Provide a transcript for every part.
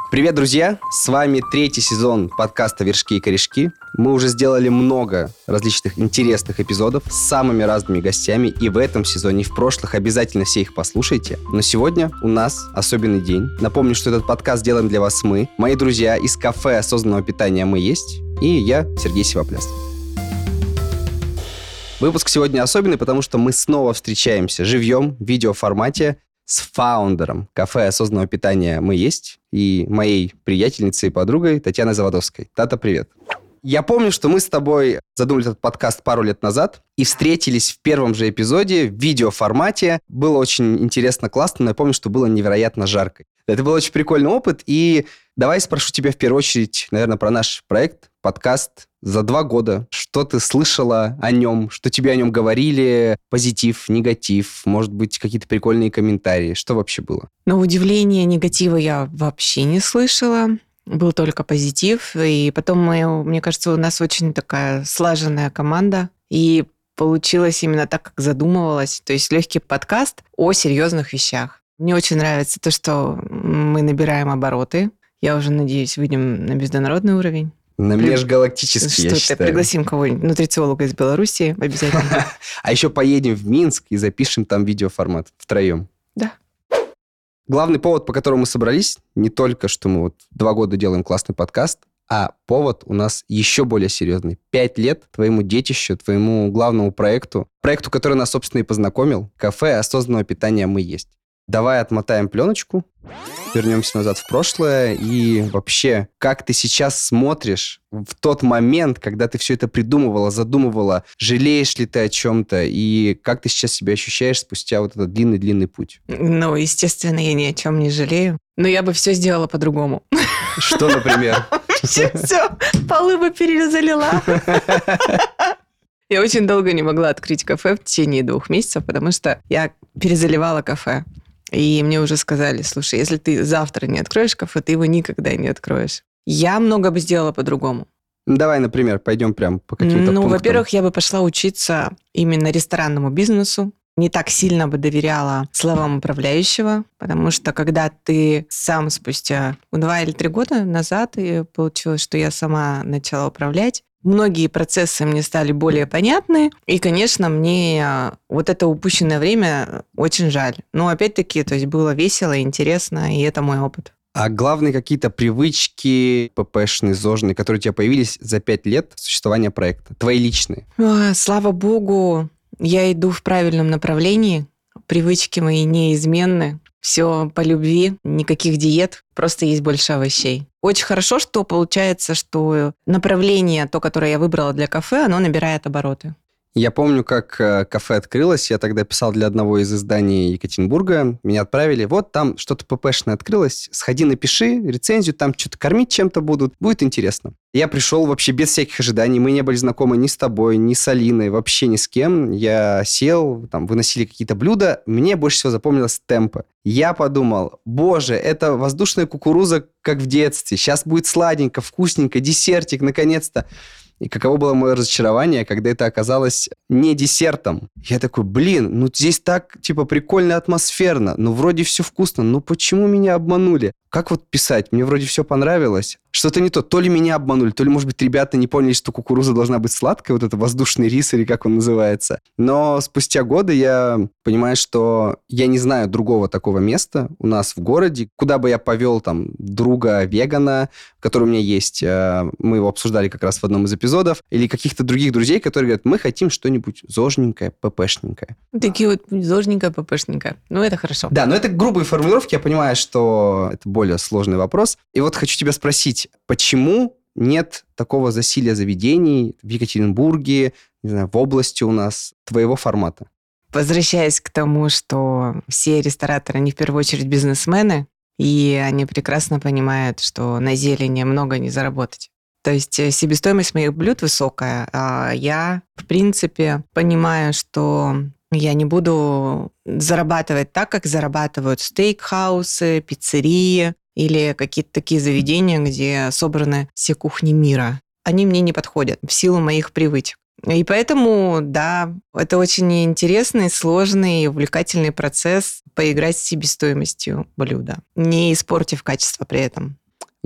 Привет, друзья! С вами третий сезон подкаста «Вершки и корешки». Мы уже сделали много различных интересных эпизодов с самыми разными гостями, и в этом сезоне, и в прошлых обязательно все их послушайте. Но сегодня у нас особенный день. Напомню, что этот подкаст делаем для вас мы, мои друзья из кафе осознанного питания «Мы есть», и я, Сергей Сивопляс. Выпуск сегодня особенный, потому что мы снова встречаемся живьем в видеоформате с фаундером кафе осознанного питания «Мы есть» и моей приятельницей и подругой Татьяной Заводовской. Тата, привет. Я помню, что мы с тобой задумали этот подкаст пару лет назад и встретились в первом же эпизоде в видеоформате. Было очень интересно, классно, но я помню, что было невероятно жарко. Это был очень прикольный опыт, и давай спрошу тебя в первую очередь, наверное, про наш проект, подкаст за 2 года. Что ты слышала о нем, что тебе о нем говорили, позитив, негатив, может быть, какие-то прикольные комментарии, что вообще было? На удивление, негатива я вообще не слышала. Был только позитив. И потом, мне кажется, у нас очень такая слаженная команда. И получилось именно так, как задумывалось. То есть легкий подкаст о серьезных вещах. Мне очень нравится то, что мы набираем обороты. Я уже надеюсь, выйдем на международный уровень. На межгалактический, я считаю. Пригласим кого-нибудь, нутрициолога из Беларуси обязательно. А еще поедем в Минск и запишем там видеоформат втроем. Да. Главный повод, по которому мы собрались, не только, что мы 2 года делаем классный подкаст, а повод у нас еще более серьезный. 5 лет твоему детищу, твоему главному проекту, который нас, собственно, и познакомил, кафе осознанного питания «Мы есть». Давай отмотаем пленочку, вернемся назад в прошлое, и вообще, как ты сейчас смотришь в тот момент, когда ты все это придумывала, задумывала, жалеешь ли ты о чем-то, и как ты сейчас себя ощущаешь спустя вот этот длинный-длинный путь? Ну, естественно, я ни о чем не жалею, но я бы все сделала по-другому. Что, например? Все, полы бы перезалила. Я очень долго не могла открыть кафе в течение 2 месяцев, потому что я перезаливала кафе. И мне уже сказали, слушай, если ты завтра не откроешь кафе, ты его никогда не откроешь. Я много бы сделала по-другому. Давай, например, пойдем прям по каким-то пунктам. Во-первых, я бы пошла учиться именно ресторанному бизнесу. Не так сильно бы доверяла словам управляющего, потому что когда ты сам спустя 2 или 3 года назад, и получилось, что я сама начала управлять, многие процессы мне стали более понятны, и, конечно, мне вот это упущенное время очень жаль. Но опять-таки, то есть было весело, интересно, и это мой опыт. А главные какие-то привычки ППшные, ЗОЖные, которые у тебя появились за 5 лет существования проекта, твои личные? Слава богу, я иду в правильном направлении, привычки мои неизменны. Все по любви, никаких диет, просто есть больше овощей. Очень хорошо, что получается, что направление, то, которое я выбрала для кафе, оно набирает обороты. Я помню, как кафе открылось, я тогда писал для одного из изданий Екатеринбурга, меня отправили, вот там что-то ППшное открылось, сходи напиши рецензию, там что-то кормить чем-то будут, будет интересно. Я пришел вообще без всяких ожиданий, мы не были знакомы ни с тобой, ни с Алиной, вообще ни с кем. Я сел, там выносили какие-то блюда, мне больше всего запомнилось темпо. Я подумал, боже, это воздушная кукуруза, как в детстве, сейчас будет сладенько, вкусненько, десертик, наконец-то. И каково было мое разочарование, когда это оказалось не десертом. Я такой, ну здесь так, прикольно, атмосферно, вроде все вкусно, почему меня обманули? Как писать? Мне вроде все понравилось. Что-то не то. То ли меня обманули, то ли, может быть, ребята не поняли, что кукуруза должна быть сладкой, это воздушный рис или как он называется. Но спустя годы я понимаю, что я не знаю другого такого места у нас в городе, куда бы я повел друга вегана, который у меня есть. Мы его обсуждали как раз в одном из эпизодов. Или каких-то других друзей, которые говорят, мы хотим что-нибудь зожненькое, ППшненькое. Такие зожненькое, ППшненькое. Это хорошо. Да, но это грубые формулировки. Я понимаю, что это более сложный вопрос. И хочу тебя спросить, почему нет такого засилия заведений в Екатеринбурге, не знаю, в области у нас твоего формата? Возвращаясь к тому, что все рестораторы, они в первую очередь бизнесмены, и они прекрасно понимают, что на зелени много не заработать. То есть себестоимость моих блюд высокая, а я, в принципе, понимаю, что я не буду зарабатывать так, как зарабатывают стейкхаусы, пиццерии или какие-то такие заведения, где собраны все кухни мира. Они мне не подходят в силу моих привычек. И поэтому, да, это очень интересный, сложный и увлекательный процесс поиграть с себестоимостью блюда, не испортив качество при этом.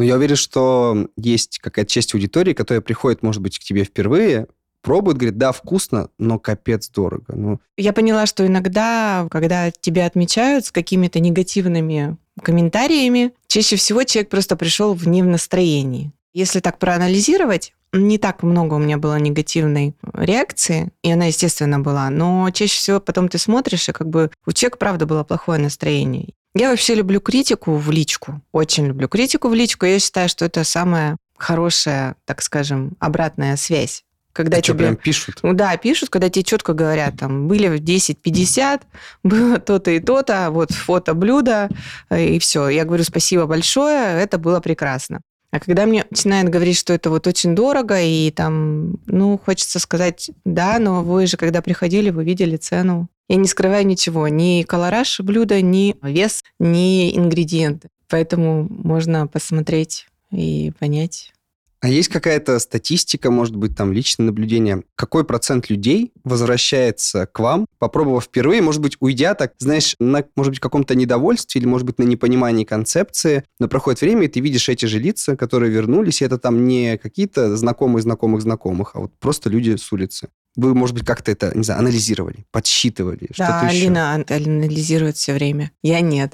Но я уверен, что есть какая-то часть аудитории, которая приходит, может быть, к тебе впервые, пробует, говорит, да, вкусно, но капец дорого. Ну, Я поняла, что иногда, когда тебя отмечают с какими-то негативными комментариями, чаще всего человек просто пришел не в настроении. Если так проанализировать, не так много у меня было негативной реакции, и она, естественно, была, но чаще всего потом ты смотришь, и как бы у человека, правда, было плохое настроение. Я вообще люблю критику в личку, очень люблю критику в личку, и я считаю, что это самая хорошая, так скажем, обратная связь. Когда что, тебе прям пишут? Ну да, пишут, когда тебе четко говорят, там, были в 10:50, было то-то и то-то, вот фото блюда, и все. Я говорю, спасибо большое, это было прекрасно. А когда мне начинают говорить, что это вот очень дорого, и там, ну, хочется сказать, да, но вы же, когда приходили, вы видели цену. Я не скрываю ничего, ни колораж блюда, ни вес, ни ингредиенты. Поэтому можно посмотреть и понять. А есть какая-то статистика, может быть, там личное наблюдение? Какой процент людей возвращается к вам, попробовав впервые, может быть, уйдя так, знаешь, на, может быть, каком-то недовольстве или, может быть, на непонимании концепции, но проходит время, и ты видишь эти же лица, которые вернулись, и это там не какие-то знакомые знакомых, а вот просто люди с улицы. Вы, может быть, как-то это, не знаю, анализировали, подсчитывали, что-то Да, еще? Алина анализирует все время. Я нет.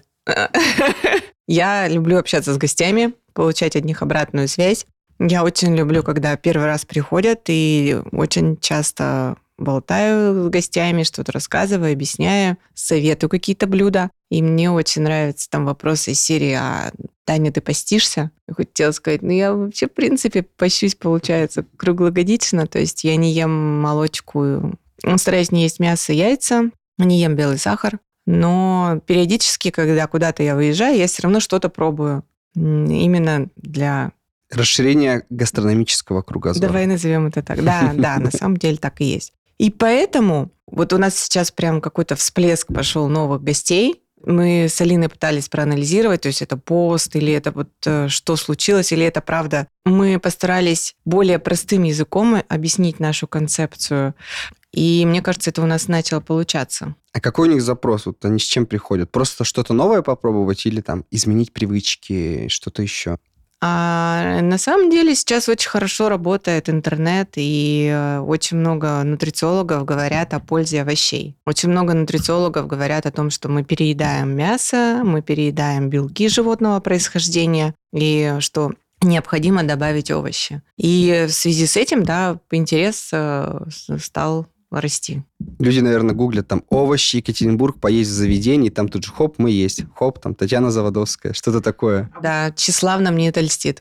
Я люблю общаться с гостями, получать от них обратную связь. Я очень люблю, когда первый раз приходят, и очень часто болтаю с гостями, что-то рассказываю, объясняю, советую какие-то блюда. И мне очень нравятся там вопросы из серии «А, Таня, ты постишься?» Я хотела сказать, я вообще, в принципе, пощусь, получается, круглогодично. То есть я не ем молочку, стараюсь не есть мясо, яйца, не ем белый сахар. Но периодически, когда куда-то я выезжаю, я все равно что-то пробую. Именно для... Расширение гастрономического кругозора. Давай назовем это так. Да, на самом деле так и есть. И поэтому вот у нас сейчас прям какой-то всплеск пошел новых гостей. Мы с Алиной пытались проанализировать, то есть это пост, или это вот что случилось, или это правда. Мы постарались более простым языком объяснить нашу концепцию. И мне кажется, это у нас начало получаться. А какой у них запрос? Вот они с чем приходят? Просто что-то новое попробовать или там изменить привычки, что-то еще? А на самом деле сейчас очень хорошо работает интернет, и очень много нутрициологов говорят о пользе овощей. Очень много нутрициологов говорят о том, что мы переедаем мясо, мы переедаем белки животного происхождения, и что необходимо добавить овощи. И в связи с этим, да, интерес стал расти. Люди, наверное, гуглят там овощи, Екатеринбург, поесть в заведении, там тут же хоп, мы есть. Хоп, там Татьяна Заводовская, что-то такое. Да, тщеславно мне это льстит.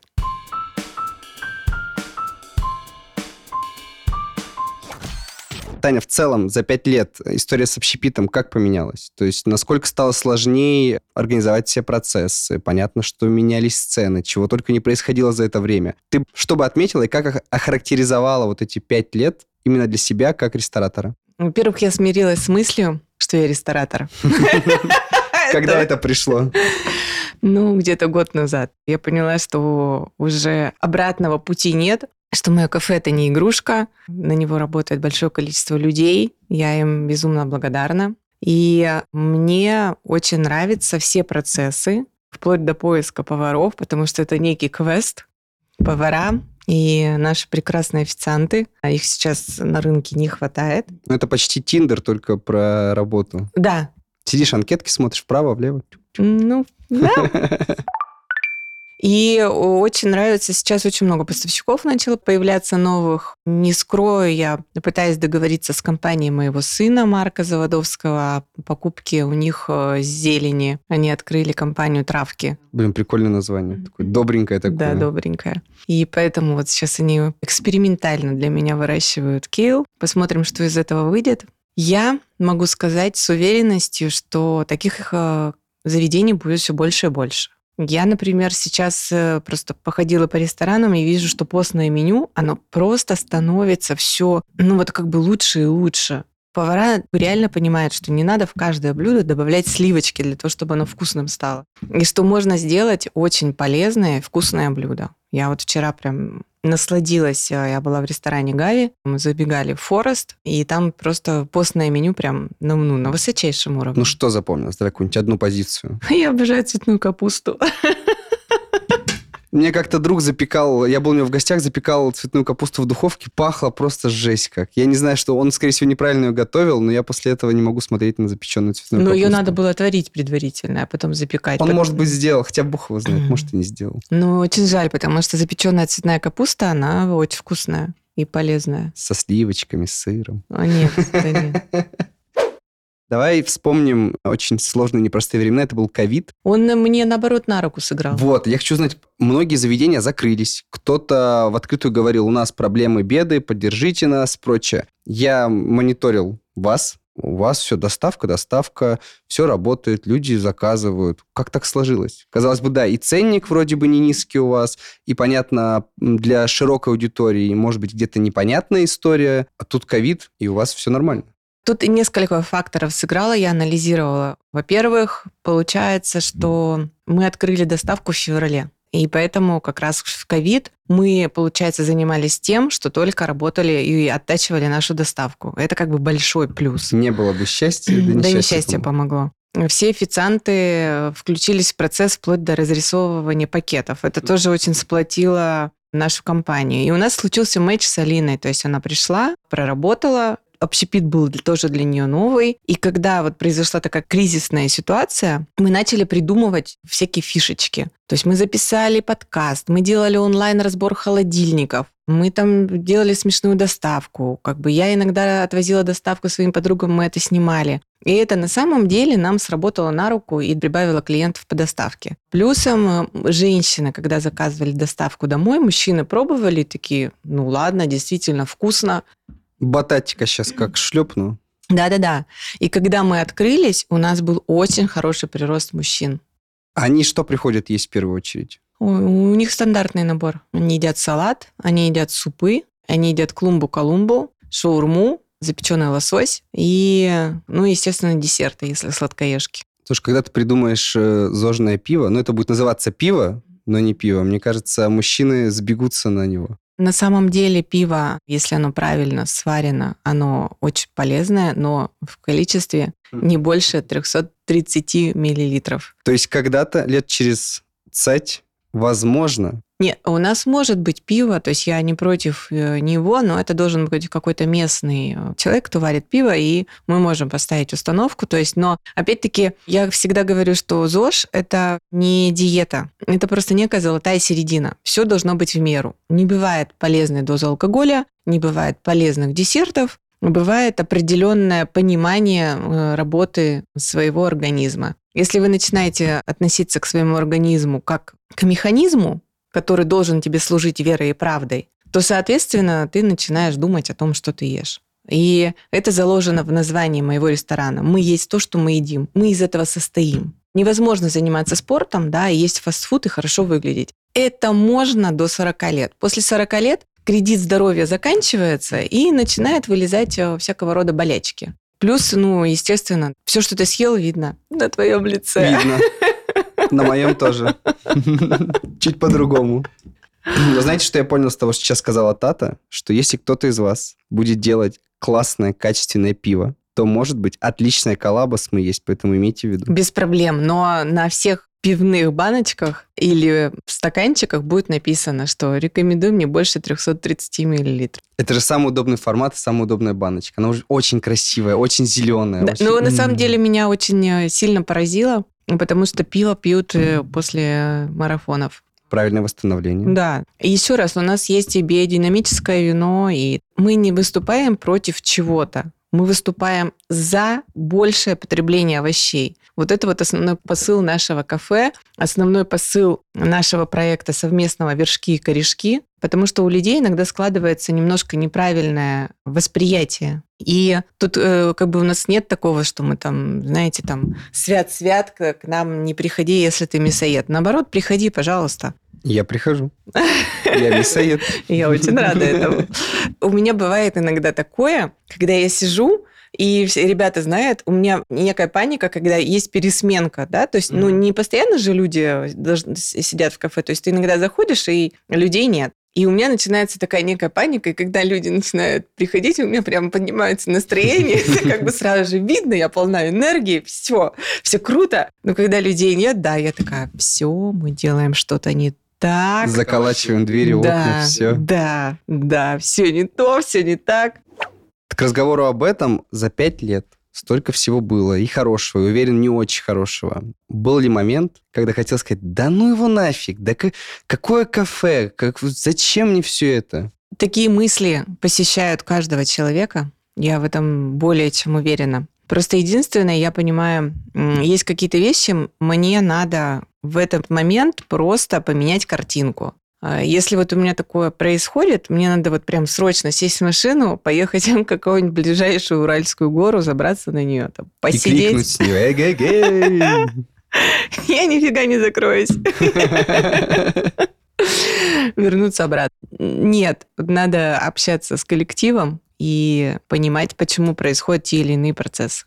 Таня, в целом за 5 лет история с общепитом как поменялась? То есть насколько стало сложнее организовать все процессы? Понятно, что менялись цены, чего только не происходило за это время. Ты что бы отметила и как охарактеризовала вот эти 5 лет именно для себя как ресторатора? Во-первых, я смирилась с мыслью, что я ресторатор. Когда это пришло? Ну, где-то год назад. Я поняла, что уже обратного пути нет, что мое кафе – это не игрушка, на него работает большое количество людей, я им безумно благодарна. И мне очень нравятся все процессы, вплоть до поиска поваров, потому что это некий квест. Повара и наши прекрасные официанты, их сейчас на рынке не хватает. Ну, это почти Тиндер, только про работу. Да. Сидишь, анкетки смотришь вправо, влево. Ну, да. И очень нравится, сейчас очень много поставщиков начало появляться новых. Не скрою, я пытаюсь договориться с компанией моего сына Марка Заводовского о покупке у них зелени. Они открыли компанию «Травки». Блин, прикольное название. Такое добренькое такое. Да, добренькое. И поэтому вот сейчас они экспериментально для меня выращивают кейл. Посмотрим, что из этого выйдет. Я могу сказать с уверенностью, что таких заведений будет все больше и больше. Я, например, сейчас просто походила по ресторанам и вижу, что постное меню, оно просто становится все, вот как бы лучше и лучше. Повара реально понимают, что не надо в каждое блюдо добавлять сливочки для того, чтобы оно вкусным стало. И что можно сделать очень полезное, вкусное блюдо. Я вот вчера прям насладилась. Я была в ресторане Гави, мы забегали в Форест, и там просто постное меню прям на высочайшем уровне. Ну что запомнилось? Давай какую-нибудь одну позицию. Я обожаю цветную капусту. Мне как-то друг запекал, я был у него в гостях, запекал цветную капусту в духовке, пахло просто жесть как. Я не знаю, что он, скорее всего, неправильно ее готовил, но я после этого не могу смотреть на запеченную цветную Но капусту. ее надо было отварить предварительно, а потом запекать. Он, может быть, сделал, хотя Бог его знает, может, и не сделал. Ну, очень жаль, потому что запеченная цветная капуста, она очень вкусная и полезная. Со сливочками, с сыром. Нет, да нет. Давай вспомним очень сложные, непростые времена. Это был ковид. Он мне, наоборот, на руку сыграл. Вот, я хочу знать, многие заведения закрылись. Кто-то в открытую говорил, у нас проблемы, беды, поддержите нас, прочее. Я мониторил вас. У вас все доставка, все работает, люди заказывают. Как так сложилось? Казалось бы, да, и ценник вроде бы не низкий у вас, и, понятно, для широкой аудитории, может быть, где-то непонятная история, а тут ковид, и у вас все нормально. Тут несколько факторов сыграло, я анализировала. Во-первых, получается, что мы открыли доставку в феврале. И поэтому как раз в ковид мы, получается, занимались тем, что только работали и оттачивали нашу доставку. Это как бы большой плюс. Не было бы счастья, да несчастье помогло. Все официанты включились в процесс вплоть до разрисовывания пакетов. Это тоже очень сплотило нашу компанию. И у нас случился матч с Алиной. То есть она пришла, проработала, общепит был тоже для нее новый. И когда вот произошла такая кризисная ситуация, мы начали придумывать всякие фишечки. То есть мы записали подкаст, мы делали онлайн-разбор холодильников, мы там делали смешную доставку. Как бы я иногда отвозила доставку своим подругам, мы это снимали. И это на самом деле нам сработало на руку и прибавило клиентов по доставке. Плюсом женщины, когда заказывали доставку домой, мужчины пробовали такие, ну ладно, действительно вкусно. Бататика сейчас как шлепну. Да-да-да. И когда мы открылись, у нас был очень хороший прирост мужчин. Они что приходят есть в первую очередь? У них стандартный набор. Они едят салат, они едят супы, они едят клумбу-колумбу, шаурму, запеченный лосось и, ну, естественно, десерты, если сладкоежки. Слушай, когда ты придумаешь зожное пиво, ну, это будет называться пиво, но не пиво, мне кажется, мужчины сбегутся на него. На самом деле пиво, если оно правильно сварено, оно очень полезное, но в количестве не больше 330 миллилитров. То есть когда-то лет через 20, возможно... Нет, у нас может быть пиво, то есть я не против него, но это должен быть какой-то местный человек, кто варит пиво, и мы можем поставить установку. То есть, но опять-таки я всегда говорю, что ЗОЖ – это не диета, это просто некая золотая середина. Все должно быть в меру. Не бывает полезной дозы алкоголя, не бывает полезных десертов, бывает определенное понимание работы своего организма. Если вы начинаете относиться к своему организму как к механизму, который должен тебе служить верой и правдой, то, соответственно, ты начинаешь думать о том, что ты ешь. И это заложено в названии моего ресторана. Мы есть то, что мы едим. Мы из этого состоим. Невозможно заниматься спортом, да, и есть фастфуд и хорошо выглядеть. Это можно до 40 лет. После 40 лет кредит здоровья заканчивается и начинает вылезать всякого рода болячки. Плюс, ну, естественно, все, что ты съел, видно на твоем лице. Видно. На моем тоже. Чуть по-другому. Но знаете, что я понял с того, что сейчас сказала Тата? Что если кто-то из вас будет делать классное, качественное пиво, то, может быть, отличная коллаба с «Мы есть», поэтому имейте в виду. Без проблем, но на всех пивных баночках или в стаканчиках будет написано, что рекомендуем не больше 330 миллилитров. Это же самый удобный формат и самая удобная баночка. Она уже очень красивая, очень зеленая. Да, очень... но на самом деле меня очень сильно поразило, потому что пиво пьют после марафонов. Правильное восстановление. Да. И еще раз, у нас есть и биодинамическое вино, и мы не выступаем против чего-то. Мы выступаем за большее потребление овощей. Вот это вот основной посыл нашего кафе, основной посыл нашего проекта совместного «Вершки и корешки», потому что у людей иногда складывается немножко неправильное восприятие. И тут как бы у нас нет такого, что мы там, знаете, там свят-свят, к нам не приходи, если ты мясоед. Наоборот, приходи, пожалуйста. Я прихожу. Я мясоед. Я очень рада этому. У меня бывает иногда такое, когда я сижу, и все ребята знают, у меня некая паника, когда есть пересменка, да, то есть, ну, не постоянно же люди сидят в кафе, то есть ты иногда заходишь, и людей нет. И у меня начинается такая некая паника, и когда люди начинают приходить, у меня прямо поднимается настроение, как бы сразу же видно, я полна энергии, все круто. Но когда людей нет, да, я такая, все, мы делаем что-то не так. Заколачиваем двери, окна, все. Да, все не то, все не так. К разговору об этом за 5 лет столько всего было, и хорошего, и, уверен, не очень хорошего. Был ли момент, когда хотел сказать, да ну его нафиг, да какое кафе, зачем мне все это? Такие мысли посещают каждого человека, я в этом более чем уверена. Просто единственное, я понимаю, есть какие-то вещи, мне надо в этот момент просто поменять картинку. Если вот у меня такое происходит, мне надо вот прям срочно сесть в машину, поехать в какую-нибудь ближайшую Уральскую гору, забраться на нее, там, посидеть. И крикнуть с нее, эгегей! Я нифига не закроюсь. Вернуться обратно. Нет, надо общаться с коллективом и понимать, почему происходят те или иные процессы.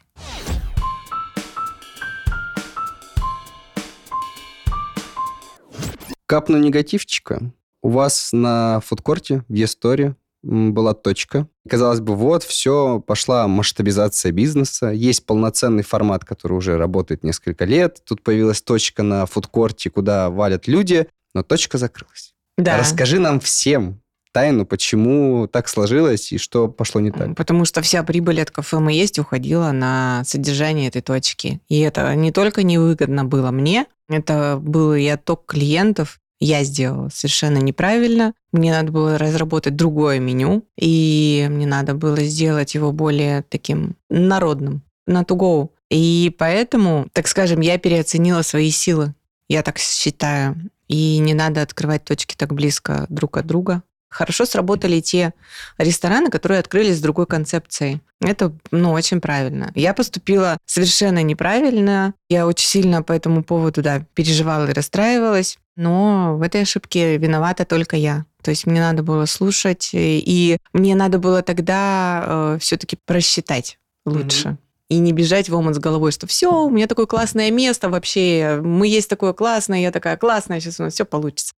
Капну негативчика. У вас на фудкорте в Е-сторе была точка. Казалось бы, вот, все, пошла масштабизация бизнеса. Есть полноценный формат, который уже работает несколько лет. Тут появилась точка на фудкорте, куда валят люди, но точка закрылась. Да. Расскажи нам всем тайну, почему так сложилось и что пошло не так. Потому что вся прибыль от кафе «Мы есть» уходила на содержание этой точки. И это не только невыгодно было мне, это был и отток клиентов. Я сделала совершенно неправильно. Мне надо было разработать другое меню, и мне надо было сделать его более таким народным, на to go. И поэтому, так скажем, я переоценила свои силы. Я так считаю. И не надо открывать точки так близко друг от друга. Хорошо сработали те рестораны, которые открылись с другой концепцией. Это, очень правильно. Я поступила совершенно неправильно. Я очень сильно по этому поводу, переживала и расстраивалась. Но в этой ошибке виновата только я. То есть мне надо было слушать, и мне надо было тогда все-таки просчитать лучше. И не бежать в омут с головой, что все, у меня такое классное место вообще, мы есть такое классное, я такая классная, сейчас у нас все получится.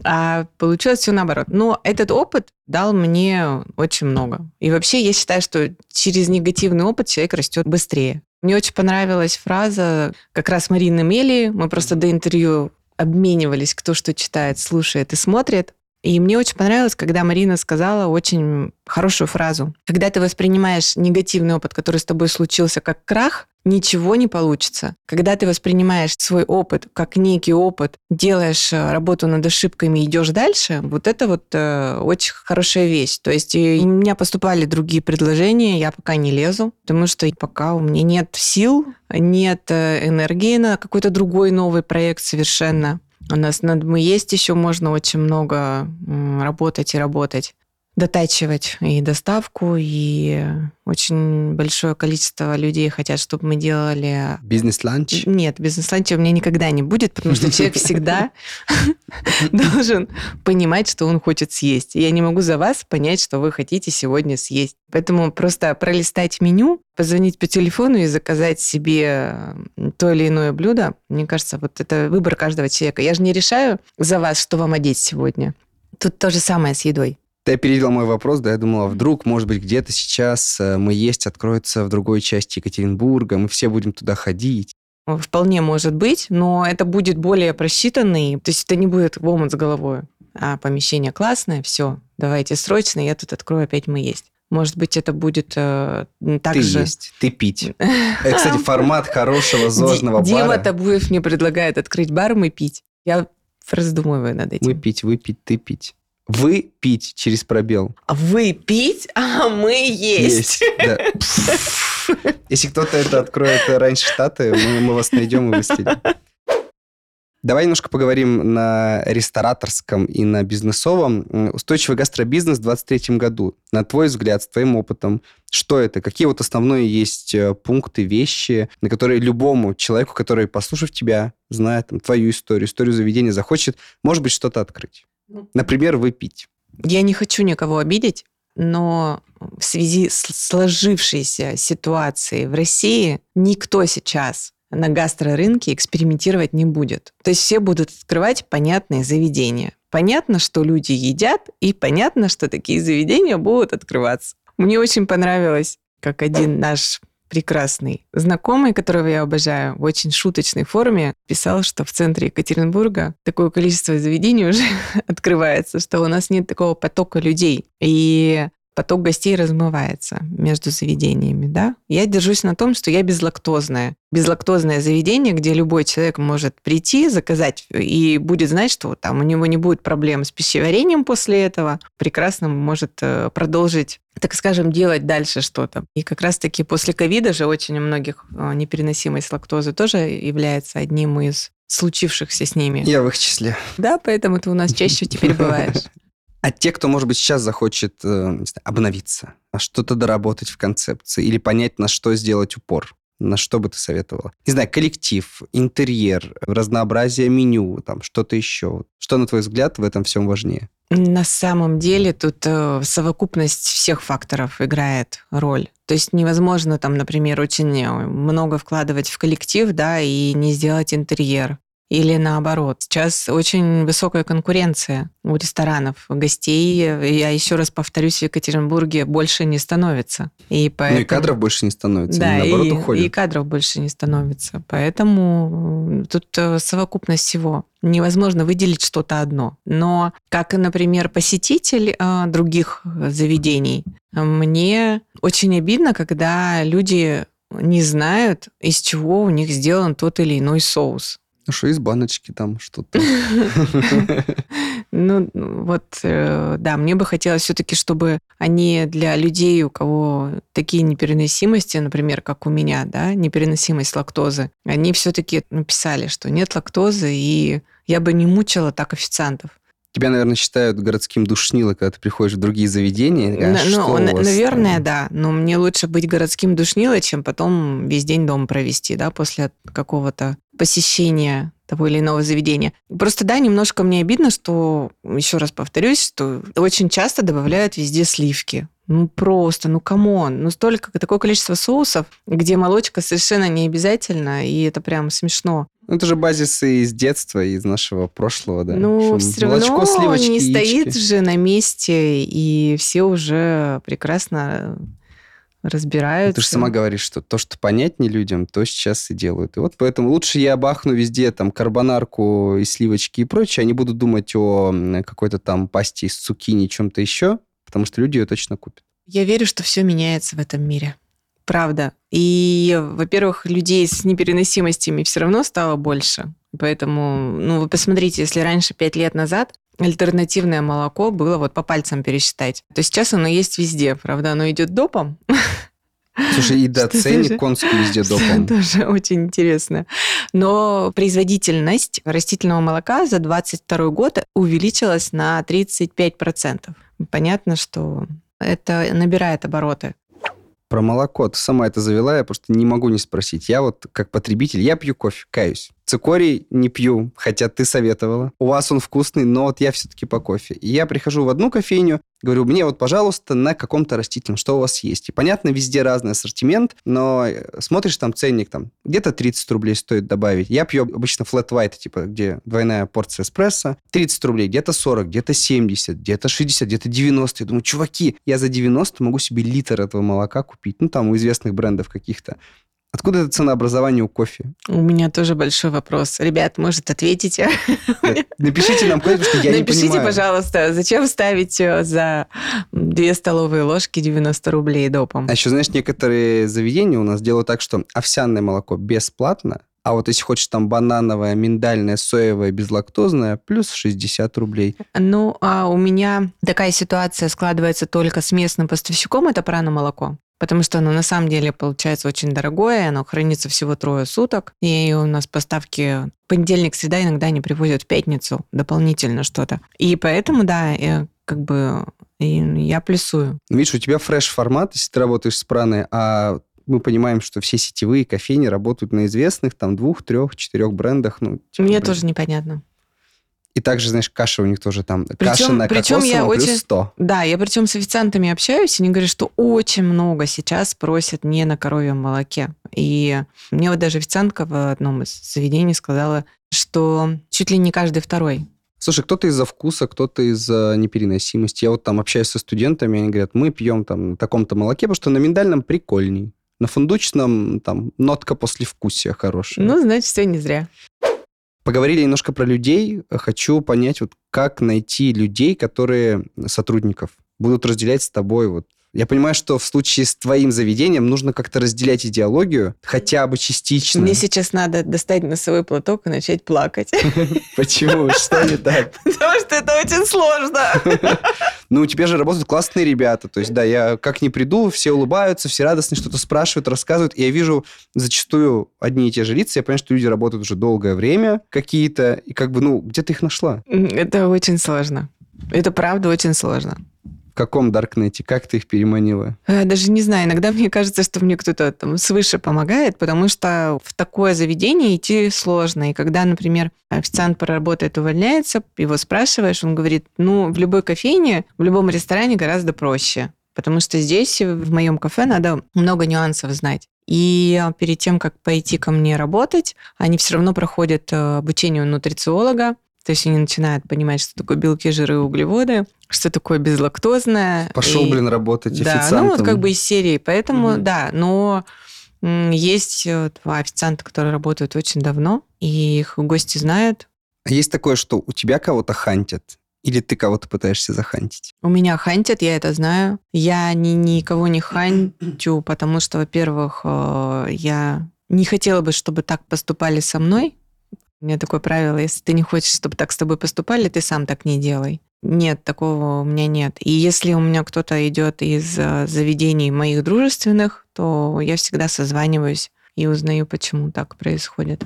А получилось все наоборот. Но этот опыт дал мне очень много. И вообще я считаю, что через негативный опыт человек растет быстрее. Мне очень понравилась фраза как раз Марины Мели. Мы просто до интервью обменивались, кто что читает, слушает и смотрит. И мне очень понравилось, когда Марина сказала очень хорошую фразу. Когда ты воспринимаешь негативный опыт, который с тобой случился, как крах, ничего не получится. Когда ты воспринимаешь свой опыт как некий опыт, делаешь работу над ошибками и идешь дальше, вот это очень хорошая вещь. То есть у меня поступали другие предложения, я пока не лезу, потому что пока у меня нет сил, нет энергии на какой-то другой новый проект совершенно. У нас над «Мы есть» еще можно очень много работать и работать. Дотачивать и доставку, и очень большое количество людей хотят, чтобы мы делали... Бизнес-ланч? Нет, бизнес-ланча у меня никогда не будет, потому что человек всегда должен понимать, что он хочет съесть. И я не могу за вас понять, что вы хотите сегодня съесть. Поэтому просто пролистать меню, позвонить по телефону и заказать себе то или иное блюдо, мне кажется, вот это выбор каждого человека. Я же не решаю за вас, что вам одеть сегодня. Тут то же самое с едой. Ты опередил мой вопрос, я думала, вдруг, может быть, где-то сейчас «Мы есть» откроется в другой части Екатеринбурга, мы все будем туда ходить. Вполне может быть, но это будет более просчитанный, то есть это не будет в омут с головой, а помещение классное, все, давайте срочно, я тут открою опять «Мы есть». Может быть, это будет так ты же... Ты есть, ты пить. Это, кстати, формат хорошего зожного бара. Дима Табуев мне предлагает открыть бар «Мы пить». Я раздумываю над этим. Мы пить, выпить, ты пить. Вы пить через пробел. Вы пить, а мы есть. Да. Если кто-то это откроет раньше штаты, мы вас найдем и выстелим. Давай немножко поговорим на рестораторском и на бизнесовом. Устойчивый гастробизнес в 2023 году. На твой взгляд, с твоим опытом, что это? Какие вот основные есть пункты, вещи, на которые любому человеку, который, послушав тебя, знает твою историю заведения, захочет, может быть, что-то открыть? Например, выпить. Я не хочу никого обидеть, но в связи с сложившейся ситуацией в России никто сейчас на гастрорынке экспериментировать не будет. То есть все будут открывать понятные заведения. Понятно, что люди едят, и понятно, что такие заведения будут открываться. Мне очень понравилось, как один наш прекрасный знакомый, которого я обожаю, в очень шуточной форме писал, что в центре Екатеринбурга такое количество заведений уже открывается, что у нас нет такого потока людей. И поток гостей размывается между заведениями, да? Я держусь на том, что я безлактозная. Безлактозное заведение, где любой человек может прийти, заказать и будет знать, что там у него не будет проблем с пищеварением после этого, прекрасно может продолжить, так скажем, делать дальше что-то. И как раз-таки после ковида же очень у многих непереносимость лактозы тоже является одним из случившихся с ними. Я в их числе. Да, поэтому ты у нас чаще теперь бываешь. А те, кто, может быть, сейчас захочет не знаю, обновиться, что-то доработать в концепции или понять, на что сделать упор, на что бы ты советовала? Не знаю, коллектив, интерьер, разнообразие меню, там что-то еще. Что, на твой взгляд, в этом всем важнее? На самом деле тут совокупность всех факторов играет роль. То есть невозможно там, например, очень много вкладывать в коллектив, да, и не сделать интерьер. Или наоборот. Сейчас очень высокая конкуренция у ресторанов. Гостей, я еще раз повторюсь, в Екатеринбурге больше не становится. И поэтому... Ну и кадров больше не становится, да, они наоборот уходят. И кадров больше не становится. Поэтому тут совокупность всего. Невозможно выделить что-то одно. Но, как, например, посетитель других заведений, мне очень обидно, когда люди не знают, из чего у них сделан тот или иной соус. Ну что, из баночки там что-то. Ну, вот, да, мне бы хотелось все-таки, чтобы они для людей, у кого такие непереносимости, например, как у меня, да, непереносимость лактозы, они все-таки написали, что нет лактозы, и я бы не мучила так официантов. Тебя, наверное, считают городским душнилой, когда ты приходишь в другие заведения. Наверное, да. Но мне лучше быть городским душнилой, чем потом весь день дома провести, да, после какого-то посещения того или иного заведения. Просто, да, немножко мне обидно, что, еще раз повторюсь, что очень часто добавляют везде сливки. Ну, просто, ну, камон. Ну, такое количество соусов, где молочка совершенно не обязательно, и это прям смешно. Это же базисы из детства, из нашего прошлого, да. Ну, все равно сливочки, не стоит яички. же на месте, и все уже прекрасно разбираются. Ты же сама говоришь, что то, что понятнее людям, то сейчас и делают. И вот поэтому лучше я бахну везде там карбонарку и сливочки и прочее, они будут думать о какой-то там пасте из цукини, чем-то еще, потому что люди ее точно купят. Я верю, что все меняется в этом мире. Правда. И, во-первых, людей с непереносимостями все равно стало больше. Поэтому, ну, вы посмотрите, если раньше, 5 лет назад, альтернативное молоко было вот по пальцам пересчитать, то сейчас оно есть везде. Правда, оно идет допом. Слушай, и да, ценник конский везде допом. Тоже очень интересно. Но производительность растительного молока за 2022 год увеличилась на 35%. Понятно, что это набирает обороты. Про молоко. Ты сама это завела, я просто не могу не спросить. Я вот как потребитель, я пью кофе, каюсь. Цикорий не пью, хотя ты советовала. У вас он вкусный, но вот я все-таки по кофе. И я прихожу в одну кофейню, говорю, мне вот, пожалуйста, на каком-то растительном, что у вас есть. И понятно, везде разный ассортимент, но смотришь, там ценник, там где-то 30 рублей стоит добавить. Я пью обычно flat white, типа, где двойная порция эспрессо. 30 рублей, где-то 40, где-то 70, где-то 60, где-то 90. Я думаю, чуваки, я за 90 могу себе литр этого молока купить. Ну, там у известных брендов каких-то. Откуда это ценообразование у кофе? У меня тоже большой вопрос. Ребят, может, ответите? Напишите нам, потому что я не понимаю. Напишите, пожалуйста, зачем ставить за 2 столовые ложки 90 рублей допом? А еще, знаешь, некоторые заведения у нас делают так, что овсяное молоко бесплатно, а вот если хочешь там банановое, миндальное, соевое, безлактозное, плюс 60 рублей. Ну, а у меня такая ситуация складывается только с местным поставщиком, это прано молоко. Потому что оно на самом деле получается очень дорогое, оно хранится всего 3 суток, и у нас поставки понедельник, среда, иногда они привозят в пятницу дополнительно что-то. И поэтому, да, я плюсую. Видишь, у тебя фреш-формат, если ты работаешь с праной, а мы понимаем, что все сетевые кофейни работают на известных, там, 2, 3, 4 брендах. Ну, типа, Мне тоже непонятно. И также, знаешь, каша у них тоже там. Каша на кокосовом плюс 100. Да, я причем с официантами общаюсь, и они говорят, что очень много сейчас просят не на коровьем молоке. И мне вот даже официантка в одном из заведений сказала, что чуть ли не каждый второй. Слушай, кто-то из-за вкуса, кто-то из-за непереносимости. Я вот там общаюсь со студентами, они говорят, мы пьем там на таком-то молоке, потому что на миндальном прикольней. на фундучном там нотка послевкусия хорошая. Ну, значит, все не зря. Поговорили немножко про людей. Хочу понять, вот как найти людей, которые сотрудников будут разделять с тобой вот. Я понимаю, что в случае с твоим заведением нужно как-то разделять идеологию, хотя бы частично. Мне сейчас надо достать носовой платок и начать плакать. Почему? Что не так? Потому что это очень сложно. Ну, у тебя же работают классные ребята. То есть, да, я как ни приду, все улыбаются, все радостны, что-то спрашивают, рассказывают. И я вижу зачастую одни и те же лица. Я понимаю, что люди работают уже долгое время какие-то. И как бы, ну, где ты их нашла? Это очень сложно. Это правда очень сложно. В каком даркнете? Как ты их переманила? Даже не знаю. Иногда мне кажется, что мне кто-то там свыше помогает, потому что в такое заведение идти сложно. И когда, например, официант проработает, увольняется, его спрашиваешь, он говорит, ну, в любой кофейне, в любом ресторане гораздо проще. Потому что здесь, в моем кафе, надо много нюансов знать. И перед тем, как пойти ко мне работать, они все равно проходят обучение у нутрициолога. То есть они начинают понимать, что такое белки, жиры и углеводы, что такое безлактозное. Пошел, работать официантом. Да, ну вот как бы из серии. Поэтому, да, но есть два официанта, которые работают очень давно, и их гости знают. А есть такое, что у тебя кого-то хантят? Или ты кого-то пытаешься захантить? У меня хантят, я это знаю. Я никого не хантю, потому что, во-первых, я не хотела бы, чтобы так поступали со мной. У меня такое правило, если ты не хочешь, чтобы так с тобой поступали, ты сам так не делай. Нет, такого у меня нет. И если у меня кто-то идет из заведений моих дружественных, то я всегда созваниваюсь и узнаю, почему так происходит.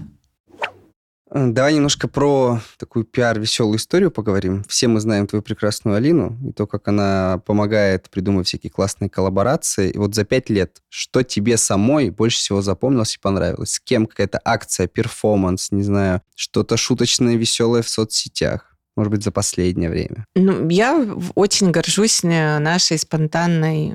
Давай немножко про такую пиар-веселую историю поговорим. Все мы знаем твою прекрасную Алину и то, как она помогает придумывать всякие классные коллаборации. И вот за 5 лет, что тебе самой больше всего запомнилось и понравилось? С кем какая-то акция, перформанс, не знаю, что-то шуточное, веселое в соцсетях? Может быть, за последнее время? Ну, я очень горжусь нашей спонтанной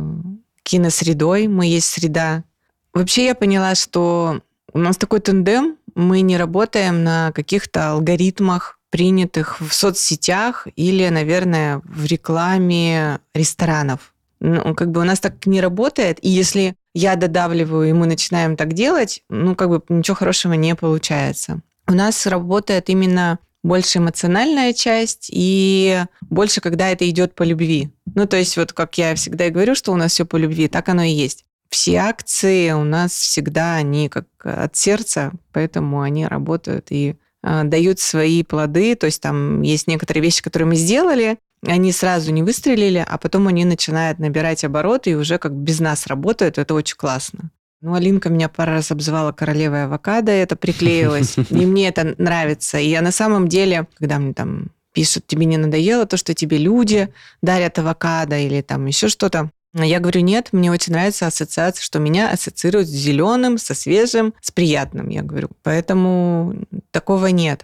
киносредой. Мы есть среда. Вообще я поняла, что у нас такой тандем. Мы не работаем на каких-то алгоритмах, принятых в соцсетях или, наверное, в рекламе ресторанов. Ну, как бы у нас так не работает. И если я додавливаю, и мы начинаем так делать, ну, как бы ничего хорошего не получается. У нас работает именно больше эмоциональная часть и больше, когда это идет по любви. Ну, то есть вот как я всегда и говорю, что у нас все по любви, так оно и есть. Все акции у нас всегда, они как от сердца, поэтому они работают и дают свои плоды. То есть там есть некоторые вещи, которые мы сделали, они сразу не выстрелили, а потом они начинают набирать обороты и уже как без нас работают. Это очень классно. Ну, Алинка меня пару раз обзывала королевой авокадо, это приклеилось, и мне это нравится. И я на самом деле, когда мне там пишут, тебе не надоело то, что тебе люди дарят авокадо или там еще что-то, я говорю, нет, мне очень нравится ассоциация, что меня ассоциируют с зеленым, со свежим, с приятным, я говорю. Поэтому такого нет.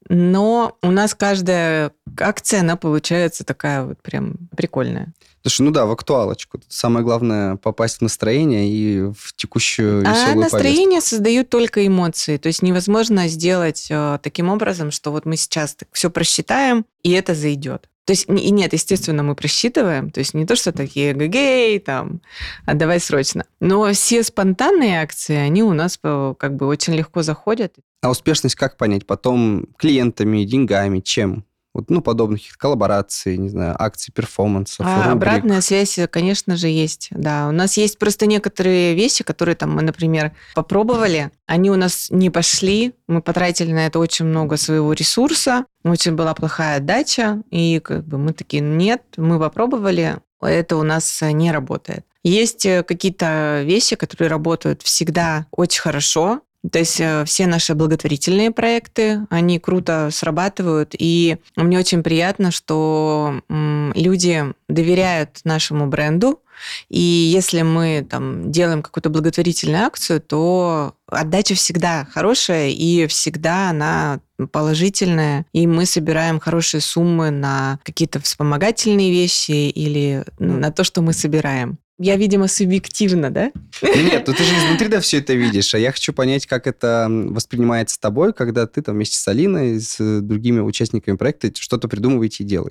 Но у нас каждая акция, она получается такая вот прям прикольная. Слушай, ну да, в актуалочку. Тут самое главное попасть в настроение и в текущую веселую повестку. А настроение создают только эмоции. То есть невозможно сделать таким образом, что вот мы сейчас все просчитаем, и это зайдет. То есть, и нет, естественно, мы просчитываем. То есть не то, что такие гэгей, там, отдавай срочно. Но все спонтанные акции, они у нас как бы очень легко заходят. А успешность как понять? Потом клиентами, деньгами, чем? Вот, ну, подобных коллабораций, не знаю, акций, перформансов, рубрик. Обратная связь, конечно же, есть. Да, у нас есть просто некоторые вещи, которые там мы, например, попробовали, они у нас не пошли, мы потратили на это очень много своего ресурса, очень была плохая отдача, и как бы мы такие, нет, мы попробовали, это у нас не работает. Есть какие-то вещи, которые работают всегда очень хорошо. То есть все наши благотворительные проекты, они круто срабатывают, и мне очень приятно, что люди доверяют нашему бренду, и если мы там делаем какую-то благотворительную акцию, то отдача всегда хорошая, и всегда она положительная, и мы собираем хорошие суммы на какие-то вспомогательные вещи или на то, что мы собираем. Я, видимо, субъективно, да? Нет, ну ты же изнутри да все это видишь, а я хочу понять, как это воспринимается тобой, когда ты там вместе с Алиной, с другими участниками проекта что-то придумываете и делаете.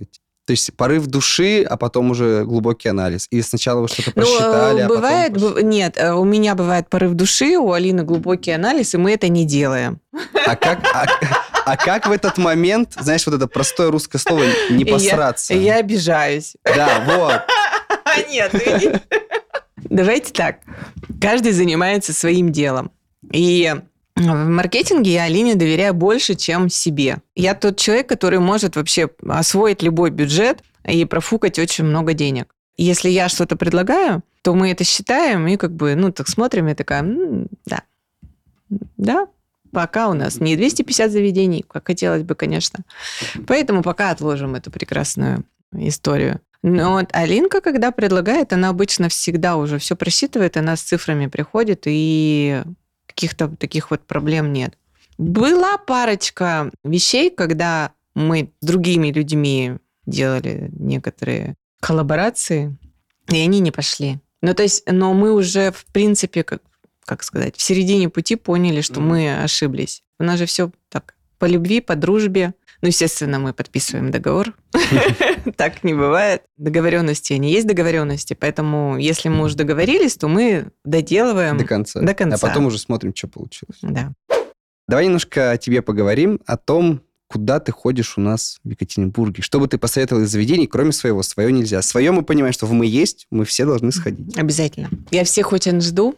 То есть порыв души, а потом уже глубокий анализ. Или сначала вы что-то просчитали, бывает, а потом... нет, у меня бывает порыв души, у Алины глубокий анализ, и мы это не делаем. А как в этот момент, знаешь, вот это простое русское слово «не посраться»? Я обижаюсь. Да, вот. Нет. Давайте так. Каждый занимается своим делом. И в маркетинге я Алине доверяю больше, чем себе. Я тот человек, который может вообще освоить любой бюджет и профукать очень много денег. Если я что-то предлагаю, то мы это считаем и так смотрим, и такая, да, пока у нас не 250 заведений, как хотелось бы, конечно. Поэтому пока отложим эту прекрасную историю. Но вот Алинка, когда предлагает, она обычно всегда уже все просчитывает, она с цифрами приходит, и каких-то таких вот проблем нет. Была парочка вещей, когда мы с другими людьми делали некоторые коллаборации, и они не пошли. Но мы уже, в принципе, как сказать, в середине пути поняли, что мы ошиблись. У нас же все так, по любви, по дружбе. Естественно, мы подписываем договор. Так не бывает. Договоренности, они есть договоренности, поэтому если мы уже договорились, то мы доделываем До конца. А потом уже смотрим, что получилось. Да. Давай немножко о тебе поговорим, о том, куда ты ходишь у нас в Екатеринбурге. Что бы ты посоветовал из заведений, кроме своего? Свое нельзя. Свое мы понимаем, что мы есть, мы все должны сходить. Обязательно. Я всех очень жду.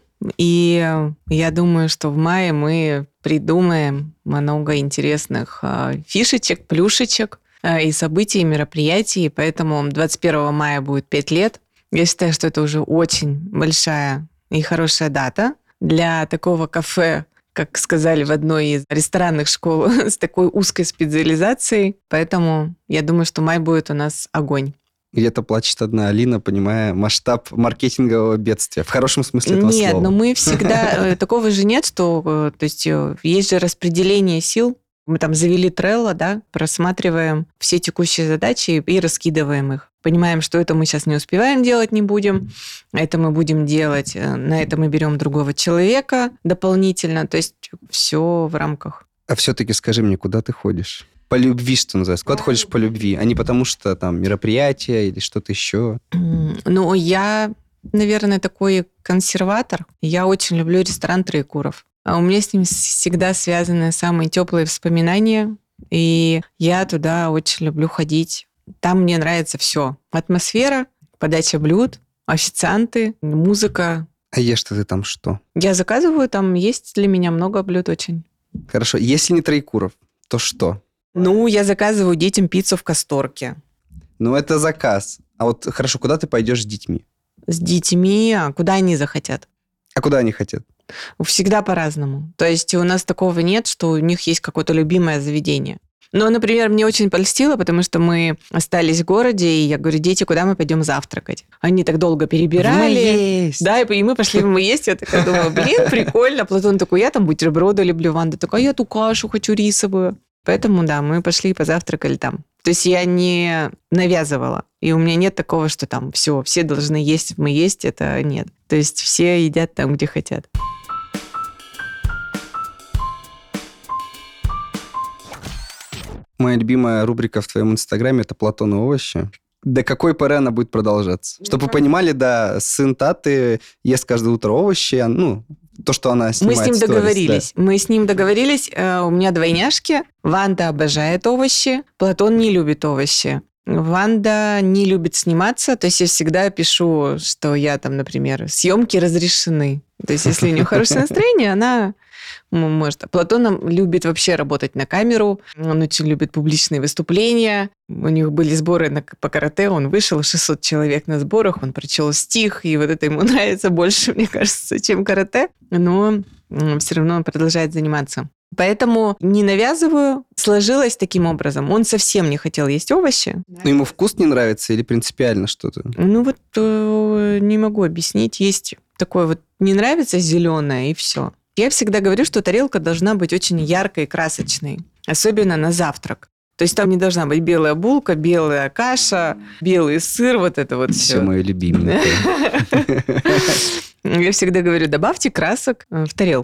И я думаю, что в мае мы придумаем много интересных фишечек, плюшечек и событий, и мероприятий. Поэтому 21 мая будет 5 лет. Я считаю, что это уже очень большая и хорошая дата для такого кафе, как сказали в одной из ресторанных школ, с такой узкой специализацией. Поэтому я думаю, что май будет у нас огонь. Где-то плачет одна Алина, понимая масштаб маркетингового бедствия. В хорошем смысле этого слова. Нет, но мы всегда... Такого же нет, что... То есть есть же распределение сил. Мы там завели Trello, да, просматриваем все текущие задачи и раскидываем их. Понимаем, что это мы сейчас не успеваем делать, не будем. Это мы будем делать. На это мы берем другого человека дополнительно. То есть все в рамках. А все-таки скажи мне, куда ты ходишь? По любви, что называется. Куда ты ходишь по любви, а не потому что там мероприятия или что-то еще? Ну, я, наверное, такой консерватор. Я очень люблю ресторан Троекуров. А у меня с ним всегда связаны самые теплые воспоминания. И я туда очень люблю ходить. Там мне нравится все. Атмосфера, подача блюд, официанты, музыка. А ешь-то ты там что? Я заказываю, там есть для меня много блюд очень. Хорошо. Если не Троекуров, то что? Ну, я заказываю детям пиццу в Касторке. Ну, это заказ. А вот хорошо, куда ты пойдешь с детьми? С детьми, а куда они захотят? А куда они хотят? Всегда по-разному. То есть у нас такого нет, что у них есть какое-то любимое заведение. Но, например, мне очень польстило, потому что мы остались в городе, и я говорю, дети, куда мы пойдем завтракать? Они так долго перебирали. Да, и мы пошли в «Мы есть». Я такая думаю, прикольно. Платон такой, я там бутерброды люблю. Ванда такая, я ту кашу хочу рисовую. Поэтому, да, мы пошли и позавтракали там. То есть я не навязывала. И у меня нет такого, что там все должны есть, мы есть, это нет. То есть все едят там, где хотят. Моя любимая рубрика в твоем инстаграме – это «Платон и овощи». До какой поры она будет продолжаться? Чтобы вы понимали, да, сын Таты ест каждое утро овощи, то, что она снимает Мы с ним сторис, договорились. Да. Мы с ним договорились. У меня двойняшки. Ванда обожает овощи. Платон не любит овощи. Ванда не любит сниматься. То есть я всегда пишу, что я там, например, съемки разрешены. То есть если у нее хорошее настроение, она может. Платон любит вообще работать на камеру. Он очень любит публичные выступления. У них были сборы по карате. Он вышел, 600 человек на сборах. Он прочел стих. И вот это ему нравится больше, мне кажется, чем карате. Но все равно он продолжает заниматься. Поэтому не навязываю. Сложилось таким образом. Он совсем не хотел есть овощи. Но ему вкус не нравится или принципиально что-то? Не могу объяснить. Есть такое вот не нравится зеленое, и все. Я всегда говорю, что тарелка должна быть очень яркой и красочной. Особенно на завтрак. То есть там не должна быть белая булка, белая каша, белый сыр, вот это вот все. Все мои любимые. Я всегда говорю, добавьте красок в тарелку.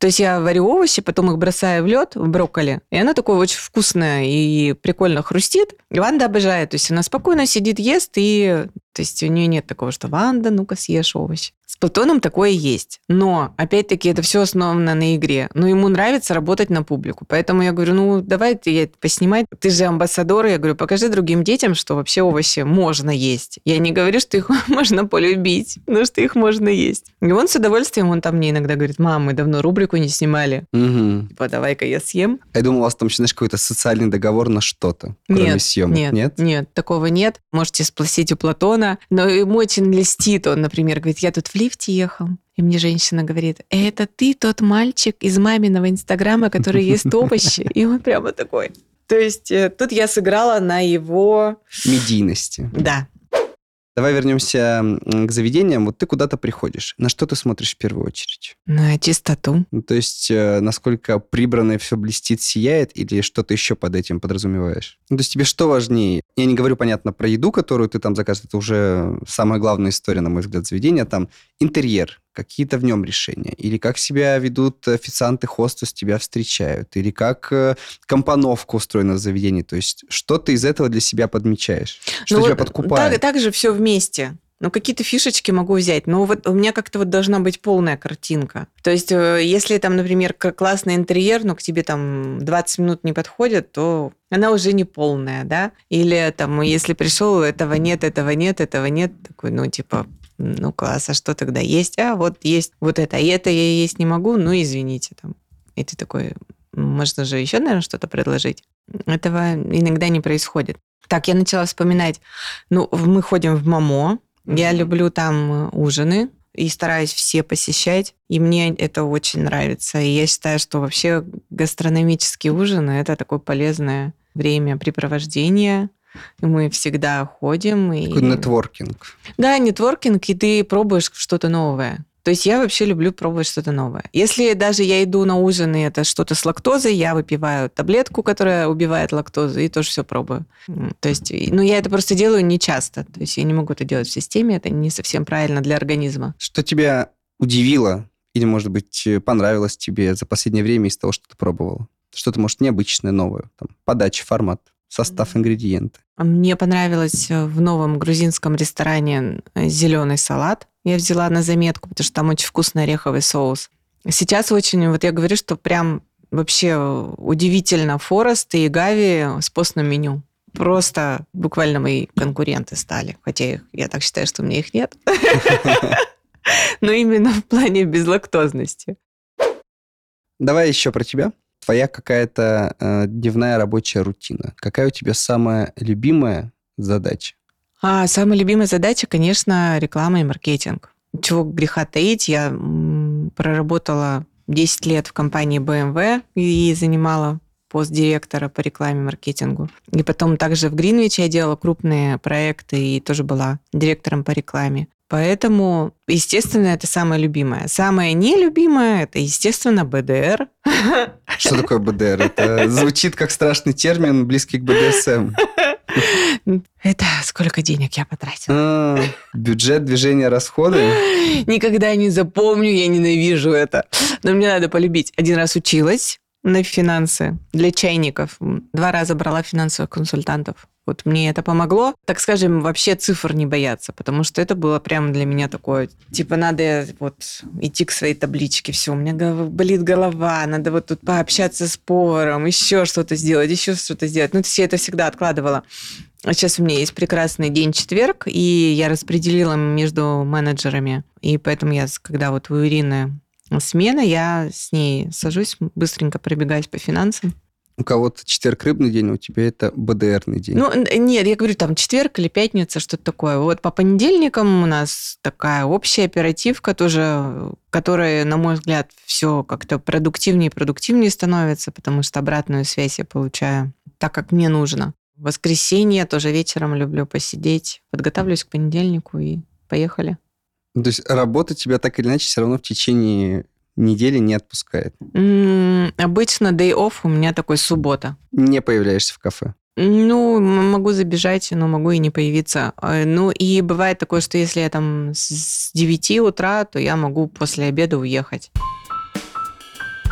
То есть я варю овощи, потом их бросаю в лед, в брокколи, и оно такое очень вкусное и прикольно хрустит. И Ванда обожает. То есть она спокойно сидит, ест, и то есть у нее нет такого, что Ванда, ну-ка съешь овощи. С Платоном такое есть. Но, опять-таки, это все основано на игре. Но ему нравится работать на публику. Поэтому я говорю, ну, давай ты поснимай. Ты же амбассадор. Я говорю, покажи другим детям, что вообще овощи можно есть. Я не говорю, что их можно полюбить, но что их можно есть. И он с удовольствием, он там мне иногда говорит, мам, мы давно рубрику не снимали. Угу. Типа, давай-ка я съем. Я думал, у вас там, знаешь, какой-то социальный договор на что-то, кроме съемок. Нет, такого нет. Можете спросить у Платона. Но ему очень льстит. Он, например, говорит, я тут в лифте ехал. И мне женщина говорит, это ты тот мальчик из маминого инстаграма, который ест овощи? И он прямо такой. То есть тут я сыграла на его... медийности. Да. Давай вернемся к заведениям. Вот ты куда-то приходишь. На что ты смотришь в первую очередь? На чистоту. Ну, то есть, насколько прибранное все блестит, сияет, или что-то еще под этим подразумеваешь? Ну, то есть, тебе что важнее? Я не говорю, понятно, про еду, которую ты там заказываешь. Это уже самая главная история, на мой взгляд, заведения. Там интерьер, какие-то в нем решения. Или как себя ведут официанты, хостес тебя встречают. Или как компоновка устроена в заведении. То есть, что ты из этого для себя подмечаешь? Что тебя подкупает? Так же все вместе. Ну, какие-то фишечки могу взять. Но вот у меня как-то вот должна быть полная картинка. То есть, если там, например, классный интерьер, но к тебе там 20 минут не подходит, то она уже не полная, да? Или там, если пришел, этого нет. Такой, ну, типа, ну, класс, а что тогда есть? А, вот есть вот это. И это я есть не могу, ну, извините. Там. И ты такой, можно же еще, наверное, что-то предложить. Этого иногда не происходит. Так, я начала вспоминать. Ну, мы ходим в Момо. Я люблю там ужины и стараюсь все посещать. И мне это очень нравится. И я считаю, что вообще гастрономические ужины – это такое полезное времяпрепровождение. И мы всегда ходим. Такой нетворкинг. Да, нетворкинг, и ты пробуешь что-то новое. То есть я вообще люблю пробовать что-то новое. Если даже я иду на ужин, и это что-то с лактозой, я выпиваю таблетку, которая убивает лактозу, и тоже все пробую. То есть, ну, я это просто делаю не часто. То есть я не могу это делать в системе, это не совсем правильно для организма. Что тебя удивило или, может быть, понравилось тебе за последнее время из того, что ты пробовала? Что-то, может, необычное, новое? Там, подача, формат, состав, ингредиенты. Мне понравилось в новом грузинском ресторане зеленый салат. Я взяла на заметку, потому что там очень вкусный ореховый соус. Сейчас очень, вот я говорю, что прям вообще удивительно Форест и Гави с постным меню. Просто буквально мои конкуренты стали. Хотя я так считаю, что у меня их нет. Но именно в плане безлактозности. Давай еще про тебя. Твоя какая-то дневная рабочая рутина. Какая у тебя самая любимая задача? Самая любимая задача, конечно, реклама и маркетинг. Чего греха таить, я проработала 10 лет в компании BMW и занимала пост директора по рекламе и маркетингу. И потом также в Гринвиче я делала крупные проекты и тоже была директором по рекламе. Поэтому, естественно, это самое любимое. Самое нелюбимое – это, естественно, БДР. Что такое БДР? Это звучит как страшный термин, близкий к БДСМ. Это сколько денег я потратила. Бюджет, движения, расходы? Никогда не запомню, я ненавижу это. Но мне надо полюбить. Один раз училась на финансы для чайников. 2 раза брала финансовых консультантов. Вот мне это помогло, так скажем, вообще цифр не бояться, потому что это было прямо для меня такое, типа, надо вот идти к своей табличке, все, у меня болит голова, надо вот тут пообщаться с поваром, еще что-то сделать. Ну, то есть я это всегда откладывала. А сейчас у меня есть прекрасный день четверг, и я распределила между менеджерами, и поэтому когда вот у Ирины смена, я с ней сажусь, быстренько пробегаюсь по финансам. У кого-то четверг рыбный день, у тебя это БДРный день. Ну, нет, я говорю, там четверг или пятница, что-то такое. Вот по понедельникам у нас такая общая оперативка тоже, которая, на мой взгляд, все как-то продуктивнее и продуктивнее становится, потому что обратную связь я получаю так, как мне нужно. В воскресенье тоже вечером люблю посидеть, подготавливаюсь к понедельнику и поехали. То есть работа тебя так или иначе все равно в течение недели не отпускает? Обычно day off у меня такой суббота. Не появляешься в кафе? Ну, могу забежать, но могу и не появиться. Ну, и бывает такое, что если я там с 9 утра, то я могу после обеда уехать.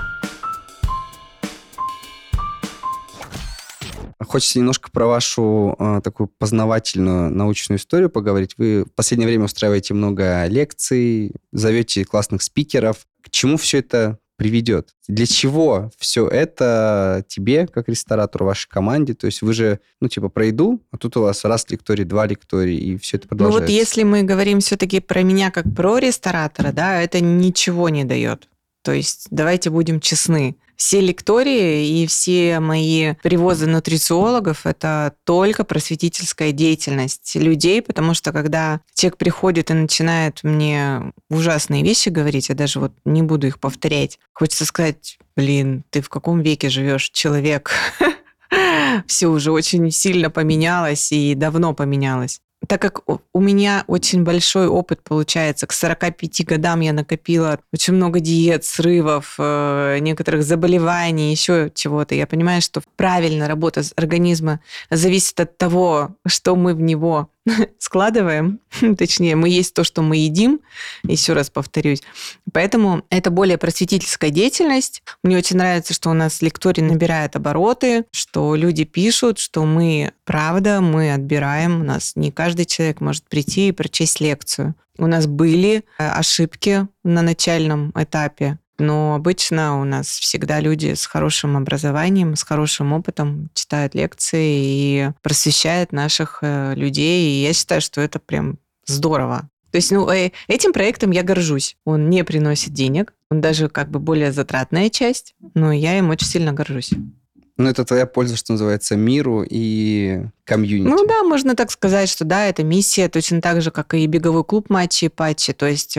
Хочется немножко про вашу такую познавательную научную историю поговорить. Вы в последнее время устраиваете много лекций, зовете классных спикеров. К чему все это приведет? Для чего все это тебе, как ресторатору, вашей команде? То есть вы же, про еду, а тут у вас раз лекторий, два лекторий, и все это продолжается. Ну вот если мы говорим все-таки про меня как про ресторатора, да, это ничего не дает. То есть давайте будем честны. Все лектории и все мои привозы нутрициологов – это только просветительская деятельность людей, потому что когда человек приходит и начинает мне ужасные вещи говорить, я даже вот не буду их повторять, хочется сказать, блин, ты в каком веке живешь, человек? Все уже очень сильно поменялось и давно поменялось. Так как у меня очень большой опыт получается, к 45 годам я накопила очень много диет, срывов, некоторых заболеваний, еще чего-то. Я понимаю, что правильная работа организма зависит от того, что мы в него складываем. Точнее, мы есть то, что мы едим. Еще раз повторюсь. Поэтому это более просветительская деятельность. Мне очень нравится, что у нас лекторий набирает обороты, что люди пишут, что мы, правда, мы отбираем. У нас не каждый человек может прийти и прочесть лекцию. У нас были ошибки на начальном этапе, но обычно у нас всегда люди с хорошим образованием, с хорошим опытом читают лекции и просвещают наших людей. И я считаю, что это прям здорово. То есть, этим проектом я горжусь. Он не приносит денег, он даже как бы более затратная часть, но я им очень сильно горжусь. Это твоя польза, что называется, миру и комьюнити. Да, можно так сказать, что да, это миссия, точно так же, как и беговой клуб Матчи и Патчи. То есть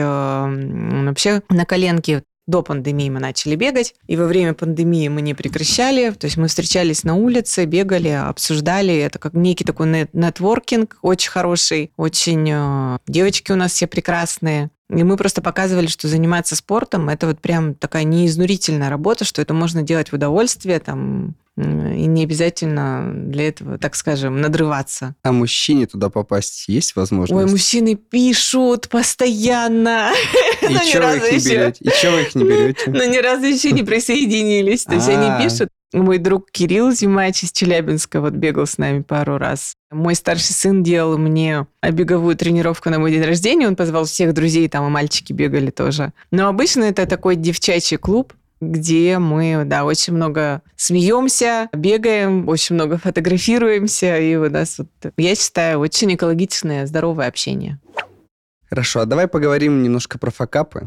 вообще на коленке до пандемии мы начали бегать, и во время пандемии мы не прекращали. То есть мы встречались на улице, бегали, обсуждали. Это как некий такой нетворкинг очень хороший. Очень девочки у нас все прекрасные. И мы просто показывали, что заниматься спортом – это вот прям такая неизнурительная работа, что это можно делать в удовольствие, и не обязательно для этого, так скажем, надрываться. А мужчине туда попасть есть возможность? Ой, мужчины пишут постоянно. И чего вы их не берете? Но ни разу еще не присоединились. То есть они пишут. Мой друг Кирилл Зимач из Челябинска вот бегал с нами пару раз. Мой старший сын делал мне беговую тренировку на мой день рождения. Он позвал всех друзей, там и мальчики бегали тоже. Но обычно это такой девчачий клуб, где мы, да, очень много смеемся, бегаем, очень много фотографируемся. И у нас, я считаю, очень экологичное, здоровое общение. Хорошо, а давай поговорим немножко про факапы.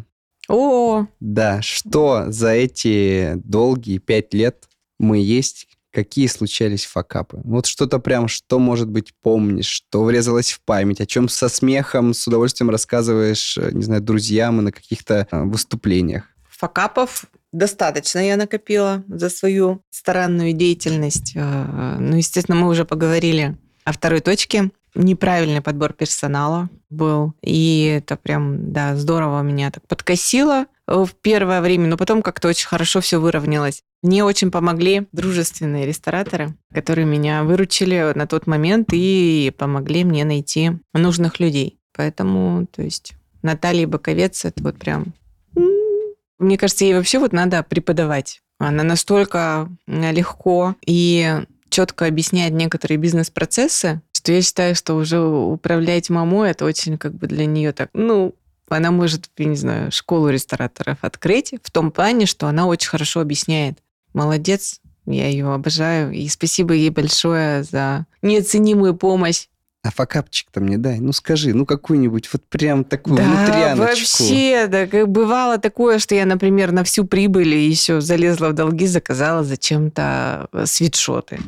Да, что за эти долгие 5 лет мы есть, какие случались факапы? Вот что-то прям, что, может быть, помнишь, что врезалось в память, о чем со смехом, с удовольствием рассказываешь, не знаю, друзьям и на каких-то выступлениях. Факапов достаточно я накопила за свою странную деятельность. Естественно, мы уже поговорили о второй точке. Неправильный подбор персонала был. И это прям, да, здорово меня так подкосило в первое время, но потом как-то очень хорошо все выровнялось. Мне очень помогли дружественные рестораторы, которые меня выручили на тот момент и помогли мне найти нужных людей. Поэтому, то есть, Наталья Боковец, это вот прям... Мне кажется, ей вообще надо преподавать. Она настолько легко и четко объясняет некоторые бизнес-процессы, что я считаю, что уже управлять мамой, это очень для нее так... Она может, я не знаю, школу рестораторов открыть в том плане, что она очень хорошо объясняет. Молодец, я ее обожаю. И спасибо ей большое за неоценимую помощь. А факапчик-то мне дай. Скажи, какую-нибудь прям такую внутряночку. Вообще, бывало такое, что я, например, на всю прибыль еще залезла в долги, заказала зачем-то свитшоты.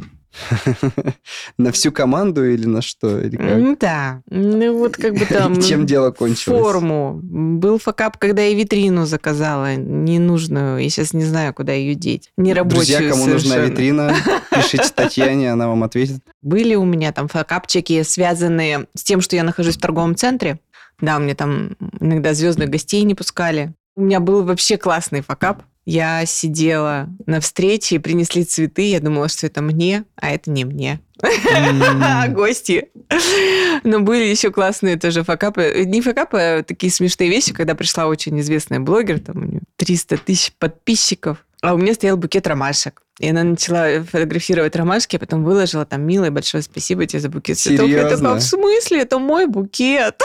На всю команду или на что? Или как? Да. Там... Чем дело кончилось? Форму. Был факап, когда я витрину заказала ненужную. Я сейчас не знаю, куда ее деть. Нерабочую Друзья, кому совершенно. нужна витрина, пишите Татьяне, она вам ответит. Были у меня там факапчики, связанные с тем, что я нахожусь в торговом центре. Да, мне там иногда звездных гостей не пускали. У меня был вообще классный факап. Я сидела на встрече, и принесли цветы. Я думала, что это мне, а это не мне. Гости. Но были еще классные тоже факапы. Не факапы, а такие смешные вещи, когда пришла очень известная блогер, там у нее 300 тысяч подписчиков. А у меня стоял букет ромашек. И она начала фотографировать ромашки, а потом выложила там: «Милая, большое спасибо тебе за букет цветов». Я такая: в смысле? Это мой букет.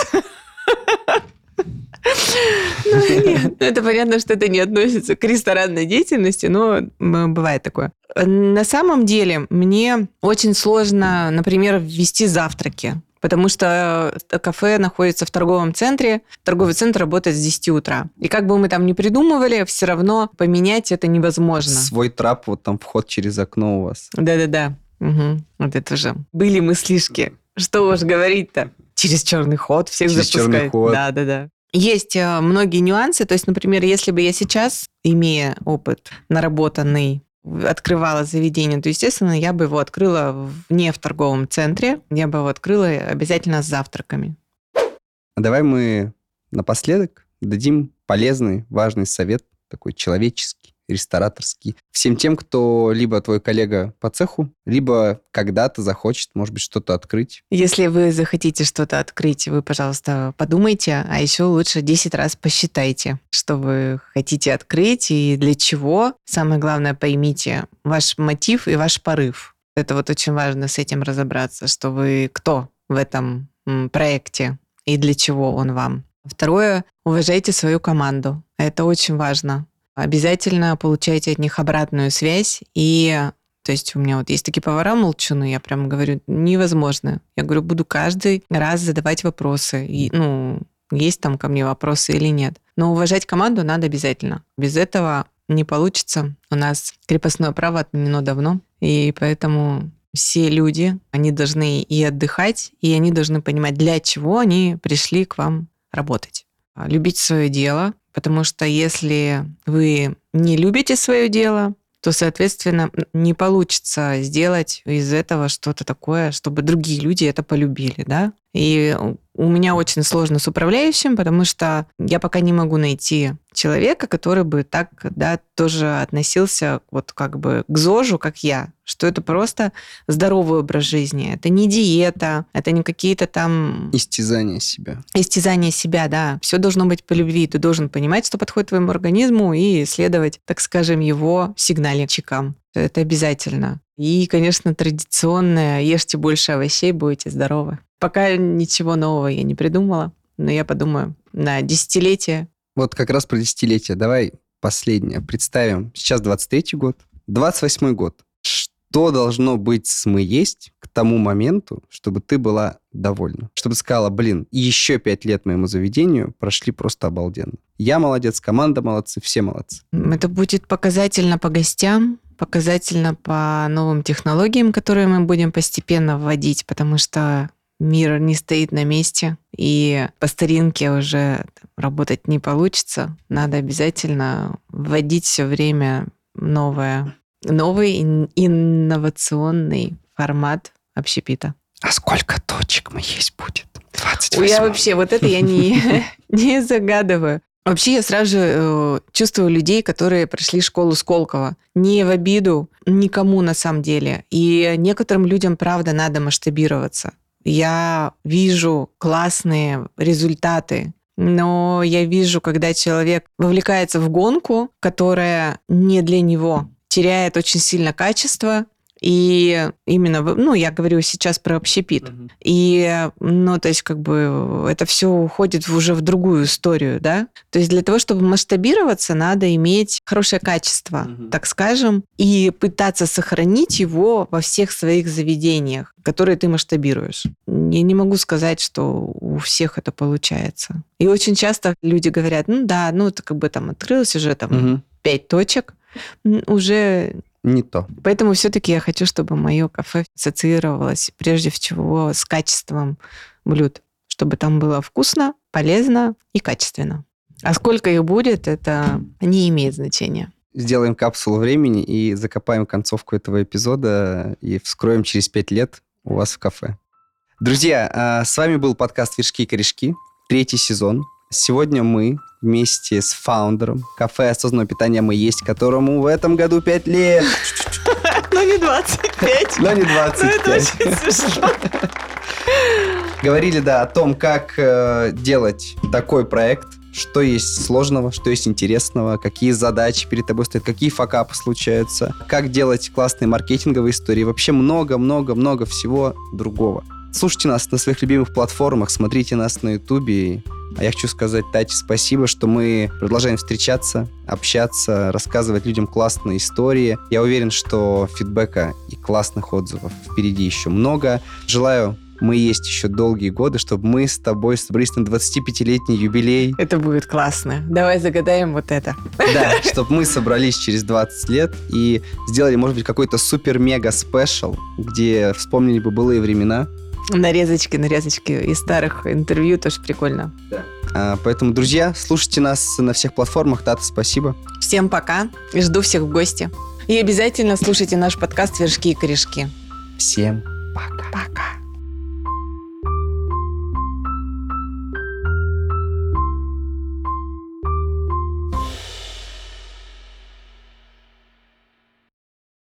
Нет, это понятно, что это не относится к ресторанной деятельности, но бывает такое. На самом деле мне очень сложно, например, ввести завтраки, потому что кафе находится в торговом центре, торговый центр работает с 10 утра. И как бы мы там ни придумывали, все равно поменять это невозможно. Свой трап, вот там вход через окно у вас. Да-да-да. Угу. Вот это уже были мыслишки. Что уж говорить-то? Через черный ход всех через запускать. Черный ход. Да-да-да. Есть многие нюансы. То есть, например, если бы я сейчас, имея опыт наработанный, открывала заведение, то, естественно, я бы его открыла не в торговом центре, я бы его открыла обязательно с завтраками. Давай мы напоследок дадим полезный, важный совет, такой человеческий, рестораторский, всем тем, кто либо твой коллега по цеху, либо когда-то захочет, может быть, что-то открыть. Если вы захотите что-то открыть, вы, пожалуйста, подумайте, а еще лучше 10 раз посчитайте, что вы хотите открыть и для чего. Самое главное, поймите ваш мотив и ваш порыв. Это вот очень важно с этим разобраться, что вы кто в этом проекте и для чего он вам. Второе, уважайте свою команду. Это очень важно. Обязательно получайте от них обратную связь. И, то есть у меня вот есть такие повара молчуны, я прям говорю, невозможно. Я говорю, буду каждый раз задавать вопросы. И, есть там ко мне вопросы или нет. Но уважать команду надо обязательно. Без этого не получится. У нас крепостное право отменено давно. И поэтому все люди, они должны и отдыхать, и они должны понимать, для чего они пришли к вам работать. Любить свое дело, потому что если вы не любите свое дело, то, соответственно, не получится сделать из этого что-то такое, чтобы другие люди это полюбили, да? И у меня очень сложно с управляющим, потому что я пока не могу найти человека, который бы так, да, тоже относился вот как бы к ЗОЖу, как я, что это просто здоровый образ жизни. Это не диета, это не какие-то там... Истязание себя. Истязание себя, да. Все должно быть по любви. Ты должен понимать, что подходит твоему организму, и следовать, так скажем, его сигнальчикам. Это обязательно. И, конечно, традиционное: ешьте больше овощей, будете здоровы. Пока ничего нового я не придумала, но я подумаю на десятилетие. Вот как раз про десятилетие. Давай последнее. Представим, сейчас 23-й год, 28-й год. Что должно быть с «Мы есть» к тому моменту, чтобы ты была довольна? Чтобы сказала, еще 5 лет моему заведению прошли просто обалденно. Я молодец, команда молодцы, все молодцы. Это будет показательно по гостям, показательно по новым технологиям, которые мы будем постепенно вводить, потому что мир не стоит на месте, и по старинке уже работать не получится. Надо обязательно вводить все время новый инновационный формат общепита. А сколько точек «Мы есть» будет? 28. Я вообще, вот это я не загадываю. Вообще я сразу же чувствую людей, которые прошли школу Сколково. Не в обиду никому на самом деле. И некоторым людям, правда, надо масштабироваться. Я вижу классные результаты, но я вижу, когда человек вовлекается в гонку, которая не для него, теряет очень сильно качество. И именно, я говорю сейчас про общепит. И, то есть, как бы, это все уходит уже в другую историю, да? То есть, для того, чтобы масштабироваться, надо иметь хорошее качество, так скажем, и пытаться сохранить его во всех своих заведениях, которые ты масштабируешь. Я не могу сказать, что у всех это получается. И очень часто люди говорят, это как бы там открылось уже 5 точек, уже... Не то. Поэтому все-таки я хочу, чтобы мое кафе ассоциировалось прежде всего с качеством блюд, чтобы там было вкусно, полезно и качественно. А сколько их будет, это не имеет значения. Сделаем капсулу времени и закопаем концовку этого эпизода и вскроем через 5 лет у вас в кафе. Друзья, с вами был подкаст «Вершки и корешки», 3-й сезон. Сегодня мы вместе с фаундером кафе «Осознанное питание «Мы есть», которому в этом году 5 лет. Ну, не 25. Но не 25. Ну, это очень смешно. Говорили, о том, как делать такой проект, что есть сложного, что есть интересного, какие задачи перед тобой стоят, какие факапы случаются, как делать классные маркетинговые истории, вообще много-много-много всего другого. Слушайте нас на своих любимых платформах, смотрите нас на Ютубе. А я хочу сказать Тате спасибо, что мы продолжаем встречаться, общаться, рассказывать людям классные истории. Я уверен, что фидбэка и классных отзывов впереди еще много. Желаю, мы есть еще долгие годы, чтобы мы с тобой собрались на 25-летний юбилей. Это будет классно. Давай загадаем вот это. Да, чтобы мы собрались через 20 лет и сделали, может быть, какой-то супер-мега-спешл, где вспомнили бы былые времена. Нарезочки из старых интервью тоже прикольно. Да. Поэтому, друзья, слушайте нас на всех платформах. Тата, спасибо. Всем пока. И жду всех в гости. И обязательно слушайте наш подкаст «Вершки и корешки». Всем пока.